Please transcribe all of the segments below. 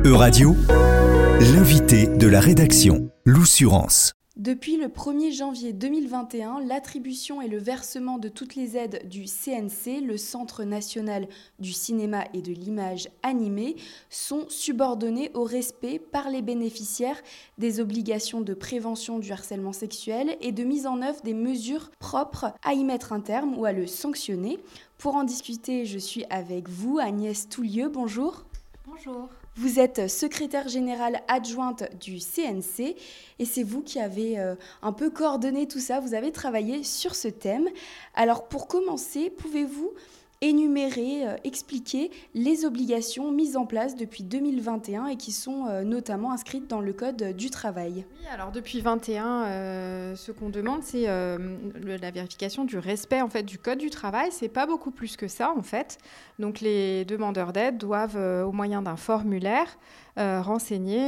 Euradio, l'invité de la rédaction, l'Oussurance. Depuis le 1er janvier 2021, l'attribution et le versement de toutes les aides du CNC, le Centre national du cinéma et de l'image animée, sont subordonnés au respect par les bénéficiaires des obligations de prévention du harcèlement sexuel et de mise en œuvre des mesures propres à y mettre un terme ou à le sanctionner. Pour en discuter, je suis avec vous, Agnès Toulieu. Bonjour. Bonjour. Vous êtes secrétaire générale adjointe du CNC et c'est vous qui avez un peu coordonné tout ça, vous avez travaillé sur ce thème. Alors pour commencer, pouvez-vous énumérer, expliquer les obligations mises en place depuis 2021 et qui sont notamment inscrites dans le Code du travail ? Oui, alors depuis 2021, ce qu'on demande, c'est la vérification du respect en fait, du Code du travail. C'est pas beaucoup plus que ça en fait. Donc les demandeurs d'aide doivent, au moyen d'un formulaire, renseigner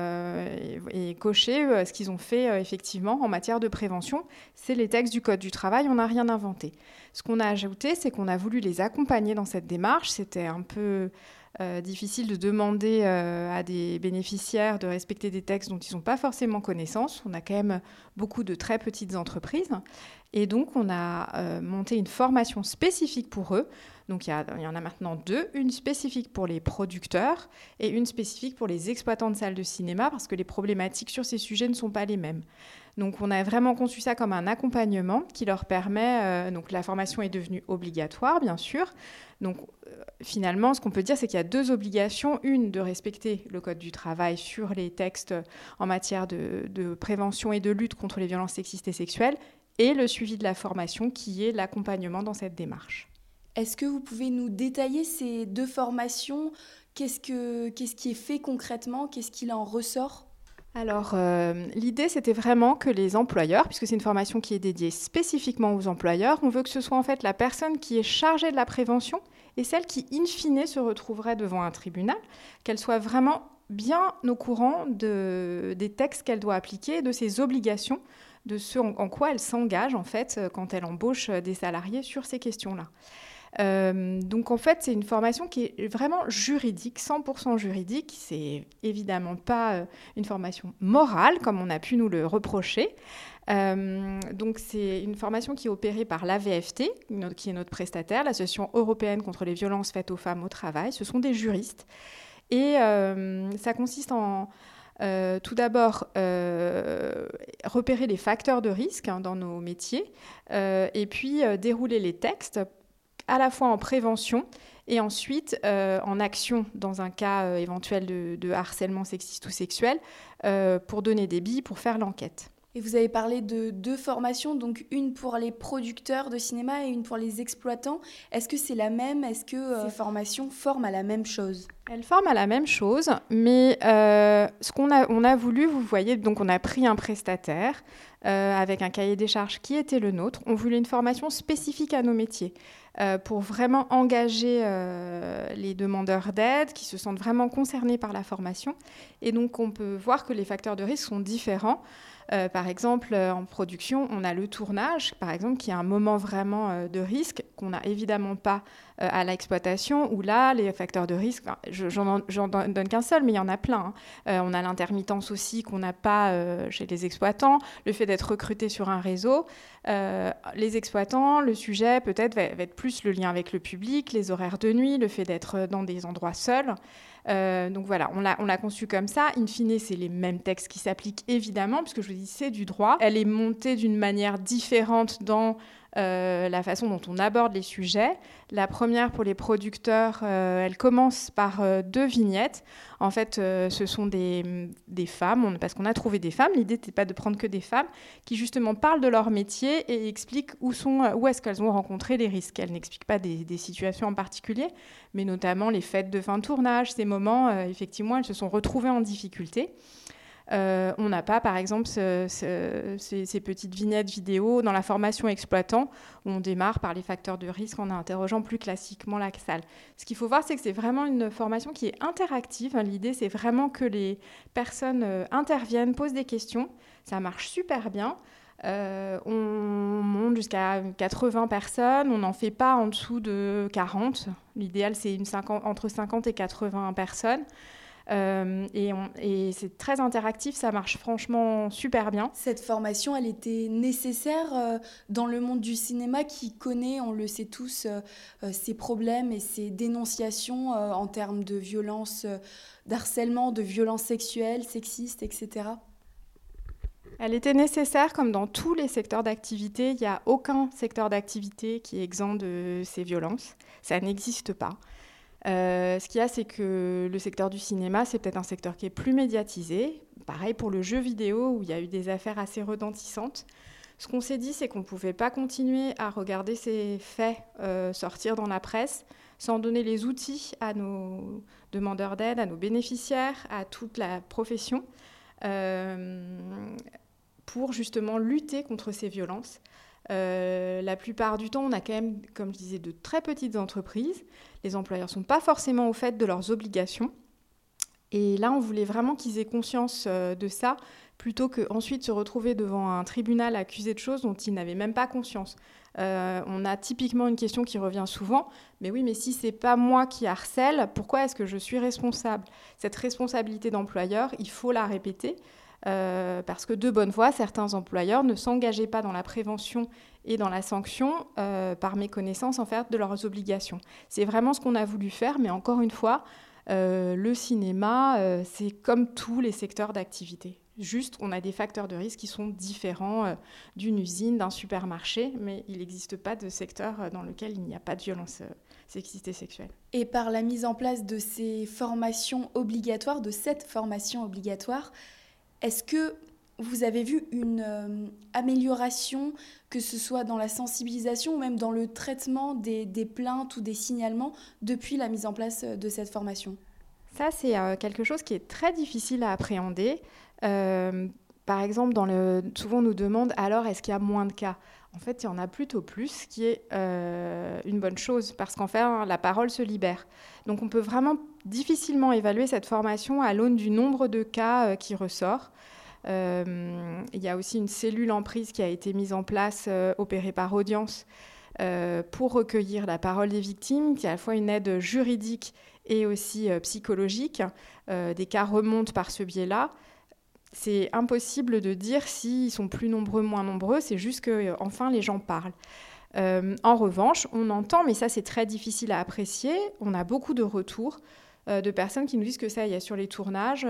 et cocher ce qu'ils ont fait effectivement en matière de prévention. C'est les textes du Code du travail, on n'a rien inventé. Ce qu'on a ajouté, c'est qu'on a voulu les accompagner dans cette démarche. C'était un peu difficile de demander à des bénéficiaires de respecter des textes dont ils n'ont pas forcément connaissance. On a quand même beaucoup de très petites entreprises. Et donc, on a monté une formation spécifique pour eux. Donc, il y en a maintenant deux, une spécifique pour les producteurs et une spécifique pour les exploitants de salles de cinéma, parce que les problématiques sur ces sujets ne sont pas les mêmes. Donc, on a vraiment conçu ça comme un accompagnement qui leur permet... donc, la formation est devenue obligatoire, bien sûr. Donc, finalement, ce qu'on peut dire, c'est qu'il y a deux obligations. Une, de respecter le Code du travail sur les textes en matière de prévention et de lutte contre les violences sexistes et sexuelles, et le suivi de la formation, qui est l'accompagnement dans cette démarche. Est-ce que vous pouvez nous détailler ces deux formations ? Qu'est-ce qui est fait concrètement ? Qu'est-ce qu'il en ressort ? Alors, l'idée, c'était vraiment que les employeurs, puisque c'est une formation qui est dédiée spécifiquement aux employeurs, on veut que ce soit en fait la personne qui est chargée de la prévention et celle qui, in fine, se retrouverait devant un tribunal, qu'elle soit vraiment bien au courant des textes qu'elle doit appliquer, de ses obligations, de ce en quoi elle s'engage en fait quand elle embauche des salariés sur ces questions-là. Donc en fait, c'est une formation qui est vraiment juridique, 100% juridique. C'est évidemment pas une formation morale, comme on a pu nous le reprocher. Donc c'est une formation qui est opérée par l'AVFT, qui est notre prestataire, l'Association européenne contre les violences faites aux femmes au travail. Ce sont des juristes. Et ça consiste en... tout d'abord, repérer les facteurs de risque dans nos métiers et puis dérouler les textes à la fois en prévention et ensuite en action dans un cas éventuel de harcèlement sexiste ou sexuel pour donner des billes pour faire l'enquête. Et vous avez parlé de deux formations, donc une pour les producteurs de cinéma et une pour les exploitants. Est-ce que c'est la même ? Est-ce que ces formations forment à la même chose ? Elles forment à la même chose, mais ce qu'on a voulu, vous voyez, donc on a pris un prestataire avec un cahier des charges qui était le nôtre. On voulait une formation spécifique à nos métiers pour vraiment engager les demandeurs d'aide qui se sentent vraiment concernés par la formation. Et donc on peut voir que les facteurs de risque sont différents. Par exemple, en production, on a le tournage, par exemple, qui est un moment vraiment de risque qu'on n'a évidemment pas à l'exploitation, où là, les facteurs de risque, j'en donne qu'un seul, mais il y en a plein. On a l'intermittence aussi qu'on n'a pas chez les exploitants, le fait d'être recruté sur un réseau. Les exploitants, le sujet peut-être va être plus le lien avec le public, les horaires de nuit, le fait d'être dans des endroits seuls. Donc voilà, on l'a conçu comme ça. In fine, c'est les mêmes textes qui s'appliquent évidemment, puisque je vous dis, c'est du droit. Elle est montée d'une manière différente dans la façon dont on aborde les sujets. La première, pour les producteurs, elle commence par deux vignettes. En fait, ce sont des femmes, parce qu'on a trouvé des femmes. L'idée n'était pas de prendre que des femmes qui, justement, parlent de leur métier et expliquent où est-ce qu'elles ont rencontré les risques. Elles n'expliquent pas des situations en particulier, mais notamment les fêtes de fin de tournage, ces moments, effectivement, elles se sont retrouvées en difficulté. On n'a pas, par exemple, ces petites vignettes vidéo dans la formation exploitant où on démarre par les facteurs de risque en interrogeant plus classiquement la salle. Ce qu'il faut voir, c'est que c'est vraiment une formation qui est interactive. L'idée, c'est vraiment que les personnes interviennent, posent des questions. Ça marche super bien. On monte jusqu'à 80 personnes. On n'en fait pas en dessous de 40. L'idéal, c'est entre 50 et 80 personnes. Et c'est très interactif, ça marche franchement super bien. Cette formation, elle était nécessaire dans le monde du cinéma qui connaît, on le sait tous, ses problèmes et ses dénonciations en termes de violence, d'harcèlement, de violences sexuelles, sexistes, etc. Elle était nécessaire comme dans tous les secteurs d'activité. Il n'y a aucun secteur d'activité qui est exempt de ces violences. Ça n'existe pas. Ce qu'il y a, c'est que le secteur du cinéma, c'est peut-être un secteur qui est plus médiatisé. Pareil pour le jeu vidéo, où il y a eu des affaires assez retentissantes. Ce qu'on s'est dit, c'est qu'on ne pouvait pas continuer à regarder ces faits sortir dans la presse sans donner les outils à nos demandeurs d'aide, à nos bénéficiaires, à toute la profession, pour justement lutter contre ces violences. La plupart du temps, on a quand même, comme je disais, de très petites entreprises. Les employeurs ne sont pas forcément au fait de leurs obligations. Et là, on voulait vraiment qu'ils aient conscience de ça, plutôt qu'ensuite se retrouver devant un tribunal accusé de choses dont ils n'avaient même pas conscience. On a typiquement une question qui revient souvent, mais oui, mais si ce n'est pas moi qui harcèle, pourquoi est-ce que je suis responsable ? Cette responsabilité d'employeur, il faut la répéter. Parce que de bonne foi, certains employeurs ne s'engageaient pas dans la prévention et dans la sanction par méconnaissance en fait de leurs obligations. C'est vraiment ce qu'on a voulu faire, mais encore une fois, le cinéma, c'est comme tous les secteurs d'activité. Juste, on a des facteurs de risque qui sont différents d'une usine, d'un supermarché, mais il n'existe pas de secteur dans lequel il n'y a pas de violence sexiste et sexuelle. Et par la mise en place de ces formations obligatoires, de cette formation obligatoire, est-ce que vous avez vu une amélioration, que ce soit dans la sensibilisation ou même dans le traitement des plaintes ou des signalements depuis la mise en place de cette formation ? Ça, c'est quelque chose qui est très difficile à appréhender. Par exemple, souvent on nous demande alors est-ce qu'il y a moins de cas ? En fait, il y en a plutôt plus, ce qui est une bonne chose, parce qu'en fait, la parole se libère. Donc on peut vraiment difficilement évaluer cette formation à l'aune du nombre de cas qui ressort. Il y a aussi une cellule emprise qui a été mise en place, opérée par Audience, pour recueillir la parole des victimes, qui est à la fois une aide juridique et aussi psychologique. Des cas remontent par ce biais-là. C'est impossible de dire s'ils sont plus nombreux, moins nombreux, c'est juste qu'enfin les gens parlent. En revanche, on entend, mais ça c'est très difficile à apprécier, on a beaucoup de retours de personnes qui nous disent que ça y est, sur les tournages,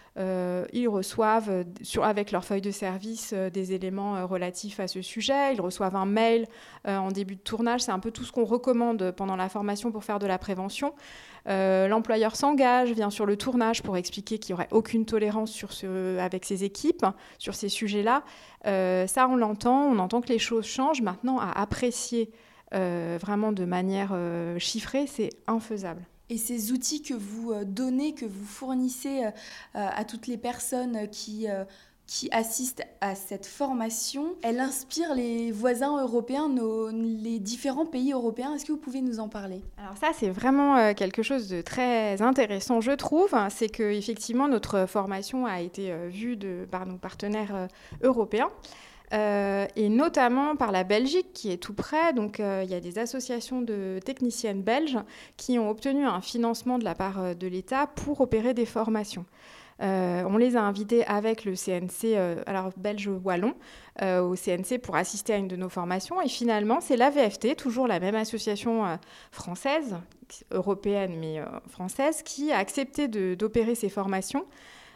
ils reçoivent avec leur feuille de service des éléments relatifs à ce sujet, ils reçoivent un mail en début de tournage, c'est un peu tout ce qu'on recommande pendant la formation pour faire de la prévention. L'employeur s'engage, vient sur le tournage pour expliquer qu'il n'y aurait aucune tolérance avec ses équipes sur ces sujets-là. Ça, on l'entend, on entend que les choses changent. Maintenant, à apprécier vraiment de manière chiffrée, c'est infaisable. Et ces outils que vous donnez, que vous fournissez à toutes les personnes qui assistent à cette formation, elle inspire les voisins européens, les différents pays européens. Est-ce que vous pouvez nous en parler ? Alors ça, c'est vraiment quelque chose de très intéressant, je trouve. C'est qu'effectivement, notre formation a été vue par nos partenaires européens. Et notamment par la Belgique qui est tout près. Donc il y a des associations de techniciennes belges qui ont obtenu un financement de la part de l'État pour opérer des formations. On les a invités avec le CNC, alors belge wallon, au CNC pour assister à une de nos formations. Et finalement, c'est la VFT, toujours la même association française, européenne mais française, qui a accepté d'opérer ces formations.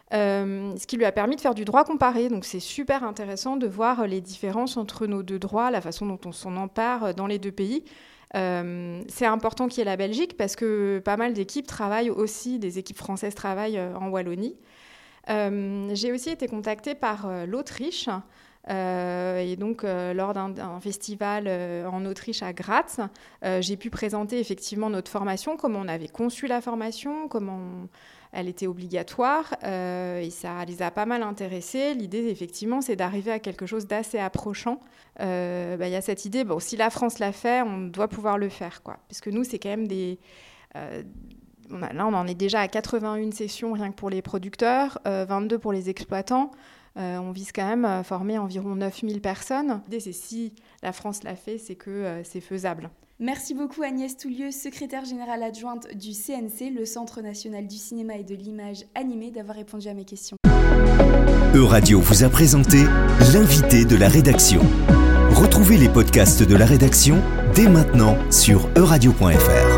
Ce qui lui a permis de faire du droit comparé. Donc c'est super intéressant de voir les différences entre nos deux droits, la façon dont on s'en empare dans les deux pays. C'est important qu'il y ait la Belgique parce que pas mal d'équipes travaillent aussi, des équipes françaises travaillent en Wallonie. J'ai aussi été contactée par l'Autriche. Et donc, lors d'un festival en Autriche à Graz, j'ai pu présenter effectivement notre formation, comment on avait conçu la formation, comment elle était obligatoire, et ça les a pas mal intéressés. L'idée, effectivement, c'est d'arriver à quelque chose d'assez approchant. Y a cette idée, si la France l'a fait, on doit pouvoir le faire, quoi. Parce que nous, c'est quand même on en est déjà à 81 sessions rien que pour les producteurs, 22 pour les exploitants. On vise quand même à former environ 9000 personnes. L'idée, c'est si la France l'a fait, c'est que c'est faisable. Merci beaucoup Agnès Toulieu, secrétaire générale adjointe du CNC, le Centre national du cinéma et de l'image animée, d'avoir répondu à mes questions. Euradio vous a présenté l'invité de la rédaction. Retrouvez les podcasts de la rédaction dès maintenant sur euradio.fr.